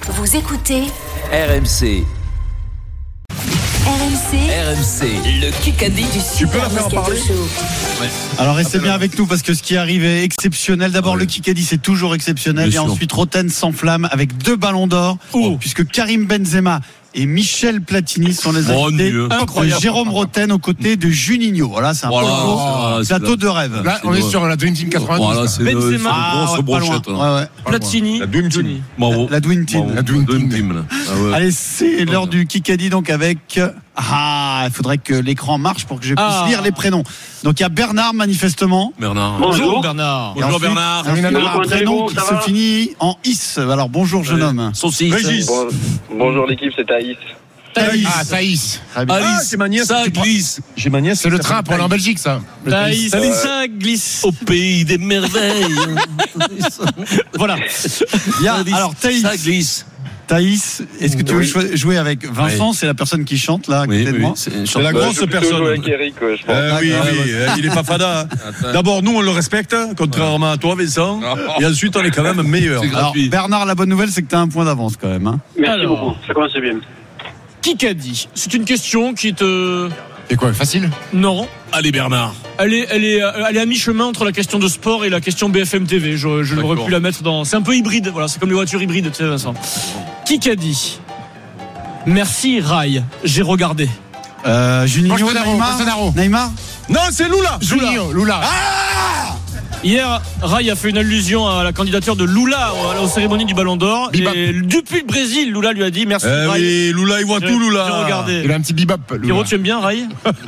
Vous écoutez RMC. RMC, le Kikadi du Tu peux la faire en parler. Alors restez bien avec nous parce que ce qui arrive est exceptionnel. D'abord le Kikadi, c'est toujours exceptionnel. Bien et sûr. ensuite Roten s'enflamme avec 2 ballons d'or puisque Karim Benzema et Michel Platini sont les invités de Jérôme Roten aux côtés de Juninho. Voilà, c'est un plateau de rêve. Là, on est sur la Dream Team 90. Voilà, c'est Benzema. une grosse brochette. Ouais. Platini, La Dream Team. Bravo. La Dream Team. Bravo. Dream Team, là. Ah ouais. Allez, c'est l'heure du Kikadi donc avec... il faudrait que l'écran marche pour que je puisse lire les prénoms. Donc il y a Bernard manifestement. Bernard. Bonjour Bernard. Et Bonjour ensuite, Bernard. un prénom qui se finit en is. Alors bonjour jeune homme. Saucisse. Régis. Bonjour l'équipe, c'est Thaïs. Thaïs. Ah, Thaïs. Très bien. Alice, c'est ma nièce. ça glisse. J'ai ma nièce. C'est le train pour aller en Belgique, ça. Le Thaïs, Thaïs. ça glisse. Au pays des merveilles. Voilà. Il y a, alors Thaïs. Ça glisse. Thaïs, est-ce que tu veux jouer avec Vincent? C'est la personne qui chante là à côté de moi. C'est la grosse je vais plutôt personne. jouer avec Eric, je pense. Oui, il est pas fada. Hein. D'abord, nous, on le respecte, contrairement à toi, Vincent. Et ensuite, on est quand même meilleur. C'est Alors gratuit. Bernard, la bonne nouvelle c'est que tu as un point d'avance quand même. Merci Alors. beaucoup, ça commence bien. Kikadi, c'est une question qui te... C'est quoi, facile? Non. Allez Bernard. Elle est à mi-chemin entre la question de sport et la question BFM TV. Je l'aurais D'accord. pu la mettre dans... C'est un peu hybride, voilà, c'est comme les voitures hybrides, tu sais Vincent. Kikadi. Merci Rai, j'ai regardé. Juninho, Bolsonaro. Neymar. Non, c'est Lula. Lula. Hier, Rai a fait une allusion à la candidature de Lula aux cérémonies du Ballon d'Or. Bebop. Et depuis le Brésil, Lula lui a dit merci Rai. Oui, Lula, il voit tout, Lula. J'ai regardé. Il a un petit bebop, Lula. Pierrot, tu aimes bien Rai?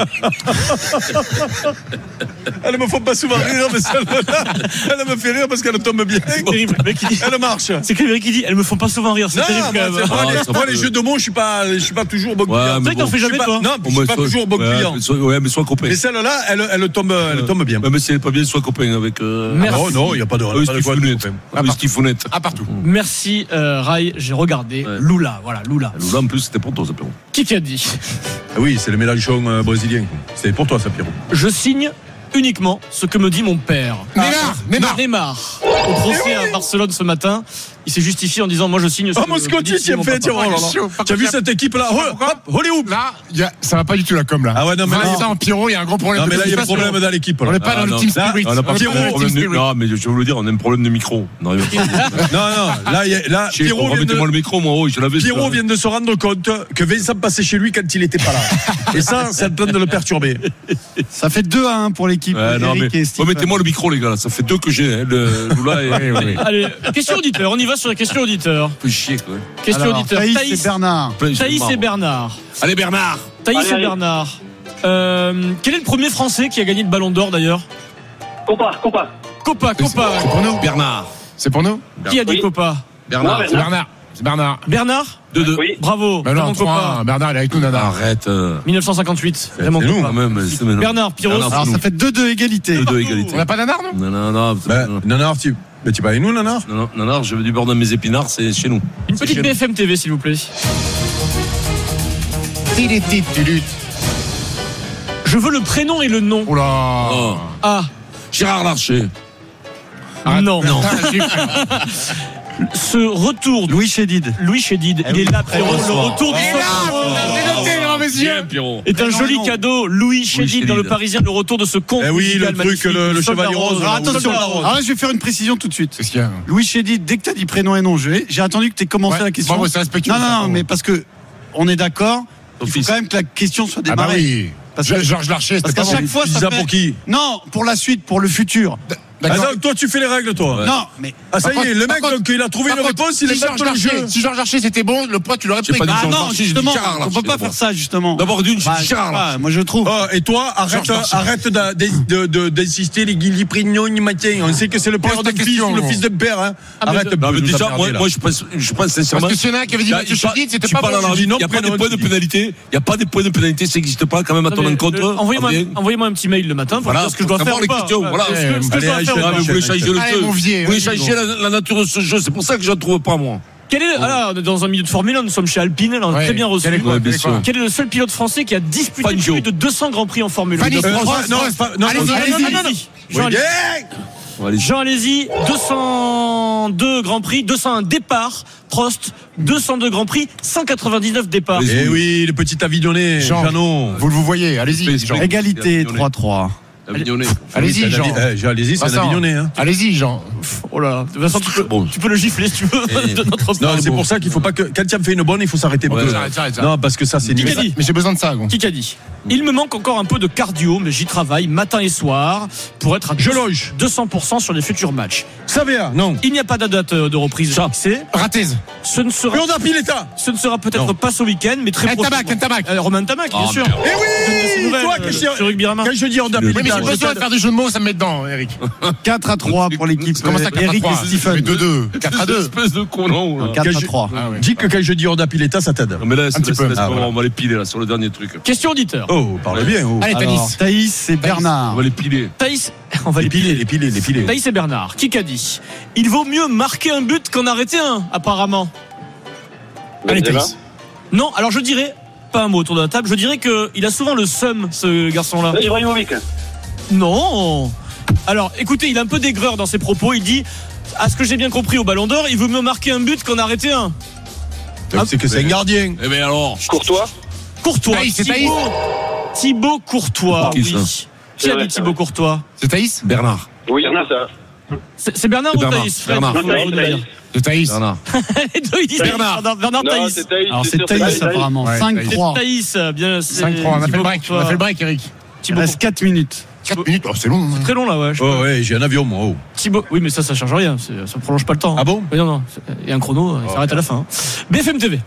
Elle me fait pas souvent rire, mais elle me fait rire parce qu'elle tombe bien. C'est terrible, le mec qui dit. Elle marche. C'est que le mec qui dit, elles me font pas souvent rire, c'est Non, terrible quand même. moi, les jeux de mots, je suis pas toujours bon Ouais, client. mais C'est vrai que t'en fais jamais toi. Non, je suis pas toujours bon client. Mais sois copain. Mais celle-là, elle tombe bien. Mais si elle est pas bien, sois copain avec. Merci. Oh non, il n'y a pas de Stifounette. Stifounette. À partout. Merci Rai, j'ai regardé Ouais. Lula, voilà Lula. Lula, en plus, c'était pour toi, ça, Pierrot. Qui a dit? Oui, c'est le mélanchon brésilien. C'est pour toi, ça, Pierrot. Je signe uniquement ce que me dit mon père. Neymar. Au procès à Barcelone ce matin, il s'est justifié en disant moi je signe ce Oh, que mon me Scotty, dit tu as mon fait, papa. tu as vu cette équipe-là? Hop, Hollywood. Là, ça va pas du tout la com là. Ah ouais, non, mais là, Vincent, Pierrot, il y a un gros problème. non, mais là, il y a un problème dans l'équipe. On là. n'est pas dans le team spirit. On n'a pas On est Pierrot, pas dans le team spirit. non, mais je vais vous le dire, on a un problème de micro. On n'arrive pas. Non, là, Pierrot Remettez-moi le micro, moi, je l'avais. Pierrot vient de se rendre compte que Vincent passait chez lui quand il n'était pas là. Et ça, c'est en train de le perturber. Ça fait 2-1 pour l'équipe. Non, mais Eric et Steve. remettez-moi le micro, les gars, là. Ça fait 2 que j'ai, hein, le Lula et. Allez, question auditeur, on y va sur la question auditeur. Fait chier, quoi. Question Alors, auditeur. Thaïs et Bernard. Thaïs et Bernard. Allez, Bernard. Thaïs et Bernard. Quel est le premier Français qui a gagné le Ballon d'Or d'ailleurs? Copa. Copa. C'est pour nous. Bernard. C'est pour nous. Qui a dit Oui. Copa? Bernard. Non, C'est Bernard. C'est Bernard. Bernard? 2-2. Oui. Bravo. Bah non, Raymond Copa. 3-1. Bernard, il est avec nous, Nana. Arrête. 1958. Raymond c'est nous, Copa. Quand même, c'est maintenant. Bernard, Pierrot. Bernard. Alors ça fait 2-2 égalité. 2-2 égalité. On n'a pas Nanar, non? Non. Nanar, tu vas avec nous, Nanar? Non, je veux du bord de mes épinards, c'est chez nous. Une petite BFM TV s'il vous plaît. Je veux le prénom et le nom. Oula. Oh. Ah, Gérard Larcher. non. Ah, Ce retour de Louis Chédid. Louis Chédid, il est là, Pierrot. Le retour du Viens, Pierrot. est un joli non. cadeau. Louis Chédid dans le Parisien, le retour de ce conte. Eh oui, musical le truc, magnifique. le Soldat chevalier rose. Alors attention, Soldat rose. alors là, je vais faire une précision tout de suite. Qu'est-ce qu'il y a? Louis Chédid, dès que tu as dit prénom et nom, j'ai attendu que tu aies commencé Ouais, la question. bravo, c'est respectueux, Non, ça, bravo. mais parce que on est d'accord, il faut fils. quand même que la question soit Ah bah démarrée. oui. Parce que- Georges Larcher, Parce c'était qu'à pas chaque bon. fois, Tu dis ça ça fait... pour qui? Non, pour la suite, pour le futur. D'accord. Toi, tu fais les règles, toi. Ouais. Non, mais... Ah, ça y est, le mec, Par contre- donc, il a trouvé une Par contre, réponse, il est si pas Georges dans le jeu. Larcher, si Georges Larcher c'était bon, le poids tu l'aurais J'ai pris. pas dit Ah Georges non, Larcher, j'ai dit justement, Gérard on Larcher, peut pas d'abord. faire ça, justement. D'abord d'une, j'ai Bah, dit Gérard je sais Larcher. pas, moi je trouve. Oh, et toi, arrête d'insister, les Guilly Prignon, matin. On sait que c'est le père Pose d'un ta fils question, ou le gros. fils d'un père, hein. Ah, mais Arrête Non, mais de nous déjà, emmerder, là. moi, je pense sincèrement. Parce que s'il y en a un qui avait dit Mathieu Chédid, c'était pas bon. Il n'y a pas de points de pénalité. Il n'y a pas de points de pénalité. Ça n'existe pas quand même à ton encontre. Envoyez-moi un petit mail le matin pour Voilà, dire ce que je dois pour faire. savoir les ou pas. questions, voilà. Ce que je dois Allez, faire ou pas. Vous voulez changer le Allez, jeu. mon vieux, Vous voulez vas-y, changer la nature de ce jeu. C'est pour ça que je ne trouve pas, moi. Quel est on est dans un milieu de Formule 1, nous sommes chez Alpine, là, on est Ouais. très bien reçu. Quel est quoi, Ouais, bien quel est quoi sûr. Quel est le seul pilote français qui a disputé Fangio. plus de 200 grands prix en Formule 1? Fanny, Non, c'est pas. Non, Allez-y, non, allez-y. Oui, Jean- bien. Jean Alési, 202 Grand Prix, 201 départs. Prost, 202 Grand Prix, 199 départs. Eh oui, le petit Avignonnais, Jeannot. Vous le voyez, allez-y. Jean. Égalité 3-3. Allez-y, Jean. Allez-y, c'est un Avignonnais. Hein. Allez-y, Jean. Oh là, Vincent, tu peux le gifler si tu veux de notre part. Non, c'est pour ça qu'il faut pas que. Quand tu as fait une bonne, il faut s'arrêter. J'arrête. Non, parce que ça, c'est Qui a dit ? Mais j'ai besoin de ça, gros. Qui a dit ? Il me manque encore un peu de cardio, mais j'y travaille matin et soir pour être à Je loge. 200% sur les futurs matchs. Xavier, non. Il n'y a pas de date de reprise fixée. Ratez. Ce ne sera peut-être pas ce week-end, mais très prochainement. Un tabac. Romain Tamac, bien sûr. Eh oui, toi, sur Rugby Rama. quand je dis on a Oui, mais j'ai besoin de faire des jeux de mots, ça me met dedans, Eric. 4-3 pour l'équipe. Comment ça, 4-3 Eric et Stephen. 2-2. 4-2. Espèce de con, là. 4-3. Dis que quand je dis Orda Pileta, ça t'aide. Non, mais là, voilà. on va les piler là sur le dernier truc. Question auditeur. Oh, parlez bien. Oh. Allez, Alors, Thaïs et Bernard. On va les piler. Thaïs, on va Les piler. Thaïs et Bernard. Qui a dit ? Il vaut mieux marquer un but qu'en arrêter un, apparemment. Allez, Benzema. Thaïs. Non, alors je dirais, pas un mot autour de la table, je dirais qu'il a souvent le seum, ce garçon-là. Ibrahimovic. Non. Alors, écoutez, il a un peu d'aigreur dans ses propos. Il dit, à ce que j'ai bien compris au Ballon d'Or, il veut mieux marquer un but qu'en arrêter un. C'est que c'est un gardien. Eh bien alors. Courtois. Courtois. Thaïs, c'est Thaïs. Thibaut Courtois. Qui ça ? Oui. Qui a dit Thibaut Courtois ? C'est Thaïs Bernard. Oui, c'est ça. C'est Bernard ou Bernard. Thaïs ? Bernard. Fred, Thaïs, vous le dire. C'est Thaïs. Bernard. Les deux, ils disent Bernard. Bernard Non, Thaïs. c'est Thaïs. Alors c'est sûr, Thaïs apparemment. Ouais, 5-3. Thaïs, bien. 5-3. On a fait le break. On a fait le break, Eric. Il Thibaut. reste 4 minutes. 4 minutes. Oh, c'est long. Très long là, ouais. Oh, ouais, j'ai un avion, moi. Oh. Thibaut. Oui, mais ça change rien. Ça prolonge pas le temps. Ah bon ? Oui, non. Il y a un chrono, il s'arrête à la fin. BFM TV.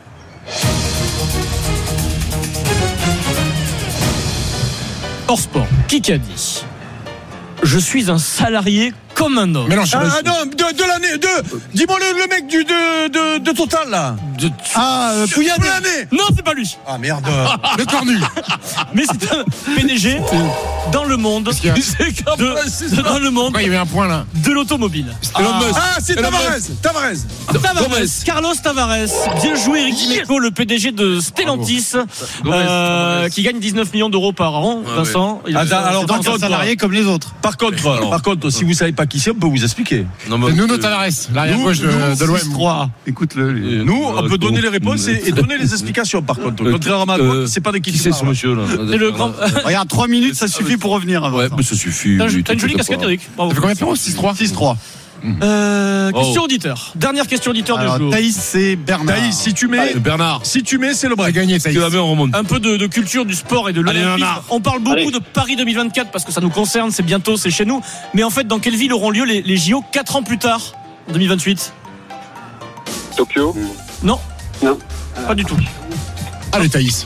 Hors sport. Qui a dit ? Je suis un salarié comme un autre. Mélange. Ah non, de l'année. Dis-moi le mec de Total, là. Pouillat. De l'année. Non, c'est pas lui. Ah merde. Le cornu. Mais c'est un PDG dans le monde. qu'il y a Dans le monde Pourquoi il y avait un point là? de l'automobile. Ah, c'est Tavares. Tavares, Carlos Tavares. Bien joué, Eric Dimeco, le PDG de Stellantis, qui gagne 19 millions d'euros par an. Vincent. Alors, Donc un salarié comme les autres. Par contre, si vous savez pas qui c'est, on peut vous expliquer. C'est Nuno Tavares, l'arrière-gauche de l'OM. 6-3. Écoute-le. Nous, on peut donner les réponses et donner les explications, par contre. Contrairement à toi, c'est pas d'équipe. Qui c'est ce monsieur là? C'est le grand. Regarde, 3 minutes, ça suffit pour revenir. Ouais, mais ça suffit. T'as une jolie casquette, Eric. Bravo. Ça fait combien de points? 6-3. 6-3. Question auditeur. Dernière question auditeur du Alors, jour. Thaïs, c'est Bernard. Thaïs, si tu mets, Bernard. c'est le On a break. gagné, ça y Tu est. la mets, on remonte. Un peu de culture du sport et de l'olympisme. On parle beaucoup de Paris 2024 parce que ça nous concerne, c'est bientôt, c'est chez nous. Mais en fait, dans quelle ville auront lieu les JO 4 ans plus tard, en 2028 ? Tokyo. Non. Non. Pas du tout. Allez, Thaïs.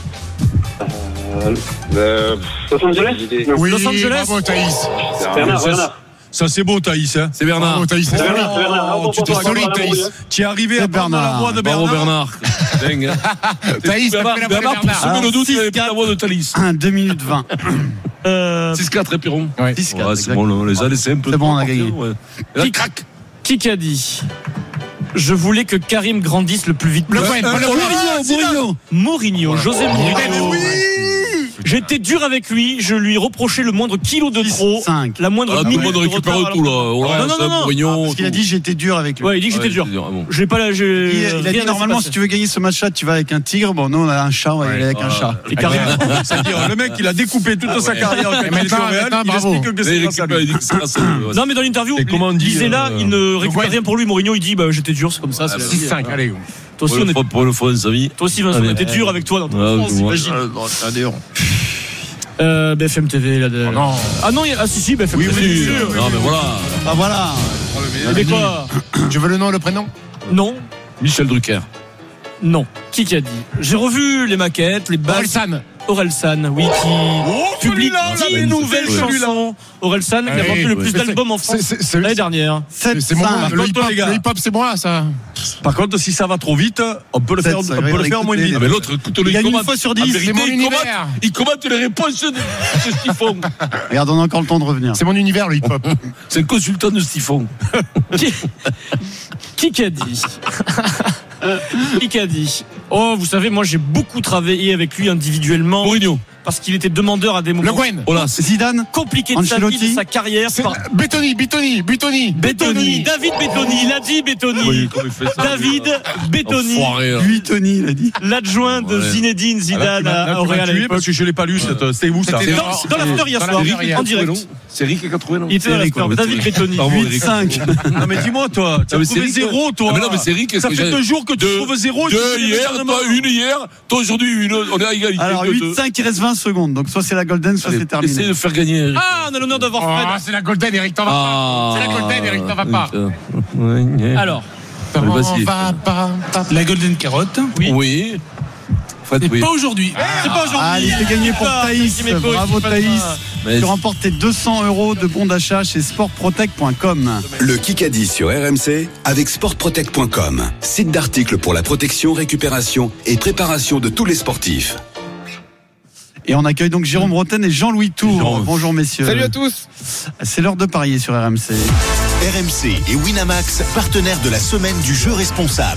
Los Angeles. Oui, Los Angeles. bravo, Thaïs. Bernard. Ça, c'est beau, Thaïs. Hein. C'est Bernard. Bravo, Thaïs. Bernard. Tu t'es solide, Thaïs. Tu es arrivé C'est à prendre la Bernard. voix de Bravo Bernard. Bernard. Dingue. Thaïs, t'as fait la voix de Bernard, pour Bernard. semer le doute, il avait 6-4. pris la voix de Thalys. 2 minutes 20. 6-4 et Piron. Ouais. 6-4. Ouais, c'est bon, on les a laissés un peu. C'est bon, on a gagné. Ouais. Et là, crac. Qui a dit ? Je voulais que Karim grandisse le plus vite Le possible. Cohen, Mourinho, José Mourinho. Oui. J'étais dur avec lui, je lui reprochais le moindre kilo de trop, 5. la moindre Là, tout le minute monde de récupère retard. tout, là. Oh là, Non, ça, Mourinho, Parce qu'il a dit j'étais dur avec lui. Ouais, il dit que j'étais dur. J'ai pas la. Il a dit normalement si tu veux gagner ce match-là, tu vas avec un tigre. Bon, nous on a un chat, on va y aller avec un chat. Et Karim, C'est-à-dire, le mec, il a découpé toute sa carrière quand il était maintenant, au Real. maintenant, Il bravo. explique que c'est grâce à lui. non mais dans l'interview, Et comment on dit, disait là, il ne récupère ouais. rien pour lui. Mourinho, il dit bah j'étais dur, c'est comme ça. C'est la vie. 6-5, allez. Toi aussi, Pour le fond de sa vie. toi aussi, Vincent, on était dur avec toi dans ton enfance, imagine. BFM TV là. Non. Ah non, si BFM TV. bien sûr. Non, mais voilà. Ah voilà. Mais quoi ? Je veux le nom et le prénom. Non, Michel Drucker. non. Qui a dit ? J'ai revu les maquettes, les bases. Orelsan. Orelsan, oui, qui publie 10 nouvelles chansons. Orelsan, qui a Allez, vendu le plus ouais. d'albums en France C'est l'année dernière. c'est mon 7-5. le hip-hop, les gars. le hip-hop, c'est moi, ça. Par contre, si ça va trop vite, on peut le faire en moins vite. Ah, mais l'autre, écoute-le, Il gagne une commente. fois sur En 10. vérité, C'est mon il univers. il commente les réponses de Stifon. Regarde, on a encore le temps de revenir. C'est mon univers, le hip-hop. C'est un consultant de Stifon. Qui a dit Qui a dit Oh, vous savez, moi j'ai beaucoup travaillé avec lui individuellement. Mourinho. parce qu'il était demandeur à des moments Le Gwen. Oh là, Zidane, compliqués de sa vie, Ancelotti. de sa carrière. Bettoni. David Bettoni, il a dit Bettoni. oui, comment il fait ça, David Bettoni, Enfoiré, hein. lui Tony, il a dit. l'adjoint de Ouais. Zinedine Zidane au Real à tué l'époque. parce que je l'ai pas lu. C'est où ça? C'était Dans l'after hier Dans soir, l'after hier. en direct. C'est Rick qui a trouvé, non? Il était dans Eric, l'after. ouais. David Bettoni. Pardon, Eric. 8-5. Non mais dis-moi toi, tu as mais c'est trouvé Rick, 0 toi. Ah, mais non, mais c'est Rick, Ça que fait j'ai- 2 jours que tu Deux- trouves 0. Deux hier, toi une hier, toi aujourd'hui une. On est à égalité. Alors, 8-5, il reste 20 secondes. Donc, soit c'est la Golden, soit c'est terminé. Essaye de faire gagner Eric. Ah, on a l'honneur d'avoir Fred. Oh, c'est la Golden, Eric, t'en vas pas. C'est la Golden, Eric, t'en vas pas. Alors, T'en vas-y. vas pas. La Golden Carotte. Oui. Fred, oui. Pas aujourd'hui. c'est pas aujourd'hui. Ah, il fait gagner pour Ah, Thaïs. Dimeco, Bravo je sais pas Thaïs. ça. Mais- Tu remportes tes 200 € de bons d'achat chez sportprotect.com. Le Kikadi sur RMC avec sportprotect.com. Site d'articles pour la protection, récupération et préparation de tous les sportifs. Et on accueille donc Jérôme Roten et Jean-Louis Tour. Bonjour messieurs. Salut à tous. C'est l'heure de parier sur RMC. RMC et Winamax, partenaires de la semaine du jeu responsable.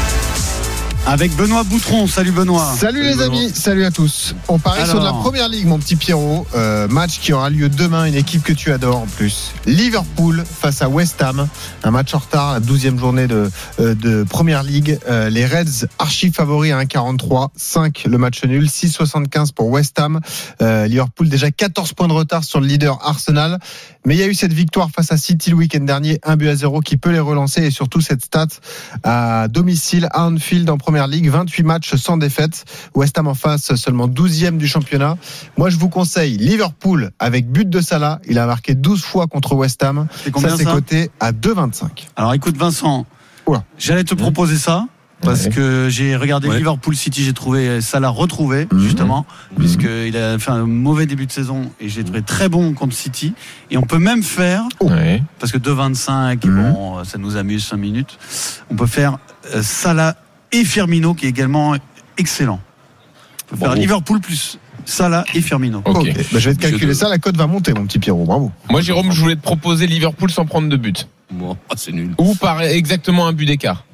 Avec Benoît Boutron. Salut Benoît. Salut les amis, salut à tous. On parie sur de la Alors. première ligue, mon petit Pierrot. Match qui aura lieu demain, une équipe que tu adores en plus. Liverpool face à West Ham. Un match en retard, la 12e journée de première ligue. Les Reds archi favoris à 1,43. 5 le match nul, 6,75 pour West Ham. Liverpool déjà 14 points de retard sur le leader Arsenal. Mais il y a eu cette victoire face à City le week-end dernier, 1-0 qui peut les relancer. Et surtout cette stat à domicile à Anfield en première ligue, 28 matchs sans défaite. West Ham en face, seulement 12e du championnat. Moi, je vous conseille Liverpool avec but de Salah. Il a marqué 12 fois contre West Ham. C'est combien ça, c'est ça coté à 2,25. Alors écoute Vincent, Oula. j'allais te proposer ça. Parce Ouais. que j'ai regardé Ouais. Liverpool City, j'ai trouvé Salah retrouvé, justement, puisqu'il a fait un mauvais début de saison et j'ai trouvé très bon contre City. Et on peut même faire, Ouais. parce que 2,25, bon, ça nous amuse 5 minutes, on peut faire Salah et Firmino, qui est également excellent. On peut faire Bravo. Liverpool plus Salah et Firmino. Ok. Ok. Bah, je vais te calculer ça, la cote va monter, mon petit Pierrot. Bravo. Moi, Jérôme, je voulais te proposer Liverpool sans prendre de but. Bon, c'est nul. Ou par exactement un but d'écart.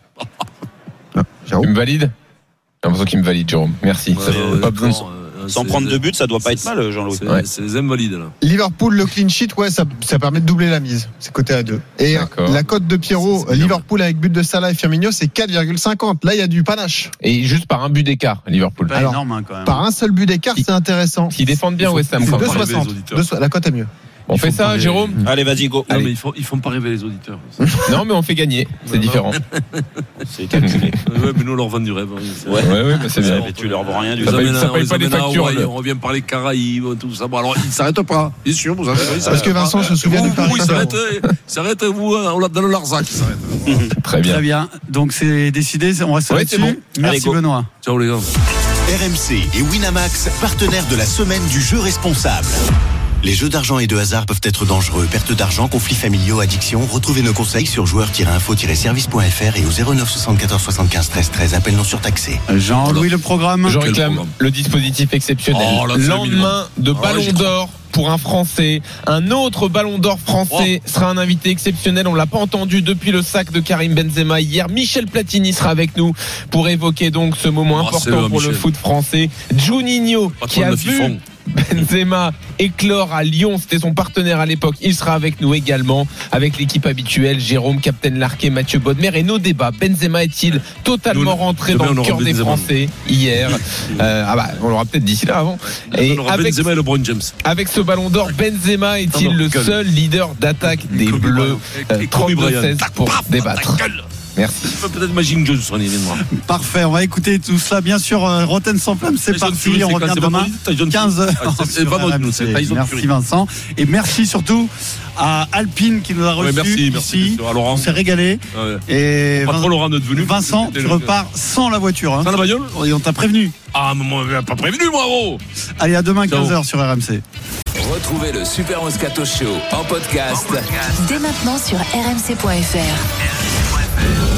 Jérôme. Tu me valides J'ai l'impression qu'il me valide, Jérôme. Merci. Ça fait pas besoin de... Sans prendre de but, ça doit pas être mal, Jean-Louis. C'est les invalides, là. Liverpool, le clean sheet, ouais, ça permet de doubler la mise. C'est coté à 2. Et D'accord. la cote de Pierrot, C'est bien. Liverpool avec but de Salah et Firmino, c'est 4,50. Là, il y a du panache. Et juste par un but d'écart, Liverpool. Pas Alors, énorme, hein, quand même. Par un seul but d'écart, c'est intéressant. Ils défendent bien West Ham. C'est quand même. 2,60. La cote est mieux. On fait ça, parler- Jérôme Allez, vas-y, go. Non, Allez. mais ils font pas rêver les auditeurs. Non, mais on fait gagner. C'est différent. C'est calculé. Ouais, mais nous, on leur vend du rêve. hein. Ouais. Ouais, bah, c'est bien. Mais tu leur vends rien du Ça tout. paye- amène ça à- paye on pas les les amène à factures, Hawaï, là. on revient par les Caraïbes, tout ça. Bon, alors, ils s'arrêtent pas. Bien sûr, vous savez. Parce que Vincent se souvient du pari. Ils s'arrêtent, vous, dans le Larzac. Ils s'arrêtent. Très bien. Très bien. Donc c'est décidé, on reste Ouais, là-dessus. c'est bon. Merci Allez, go. Benoît. Ciao, les gars. RMC et Winamax, partenaires de la semaine du jeu responsable. Les jeux d'argent et de hasard peuvent être dangereux. Perte d'argent, conflits familiaux, addiction. Retrouvez nos conseils sur joueurs-info-service.fr et au 09 74 75 13 13. Appel non surtaxé. Jean-Louis, le programme. Je Quel réclame programme le dispositif exceptionnel. Oh, là, c'est Lendemain de Oh, Ballon j'y d'Or pour un Français. Un autre Ballon d'Or français sera un invité exceptionnel. On l'a pas entendu depuis le sac de Karim Benzema hier. Michel Platini sera avec nous pour évoquer donc ce moment Oh, c'est important le pour le Michel. foot français. Juninho qui a vu Benzema éclore à Lyon, c'était son partenaire à l'époque. Il sera avec nous également, avec l'équipe habituelle, Jérôme, Captain Larquet, Mathieu Bodmer. Et nos débats, Benzema est-il totalement rentré dans le cœur des Français hier on l'aura peut-être d'ici là avant. Et avec Benzema et LeBron James. avec ce Ballon d'Or, Benzema est-il le seul leader d'attaque des Bleus? 32-16 pour débattre. Merci. Peut-être Magic Johnson, il vient de voir. Parfait, on va écouter tout ça. Bien sûr, Rotten sans flamme, c'est Tyson parti. Fury, On c'est revient quoi, c'est demain, vendredi, Tyson 15h. Ah, c'est vendredi, nous, c'est Tyson Merci Fury. Vincent. Et merci surtout à Alpine qui nous a reçus merci ici. à Laurent. On s'est régalé. Ouais. Et Pas trop Laurent d'être venu. Vincent, tu repars sans la voiture. Hein. Sans la bagnole? Et on t'a prévenu. Ah, mais moi, pas prévenu, moi, gros. Allez, à demain, Ciao. 15h sur RMC. Retrouvez le Super Moscato Show en podcast. Dès maintenant sur rmc.fr.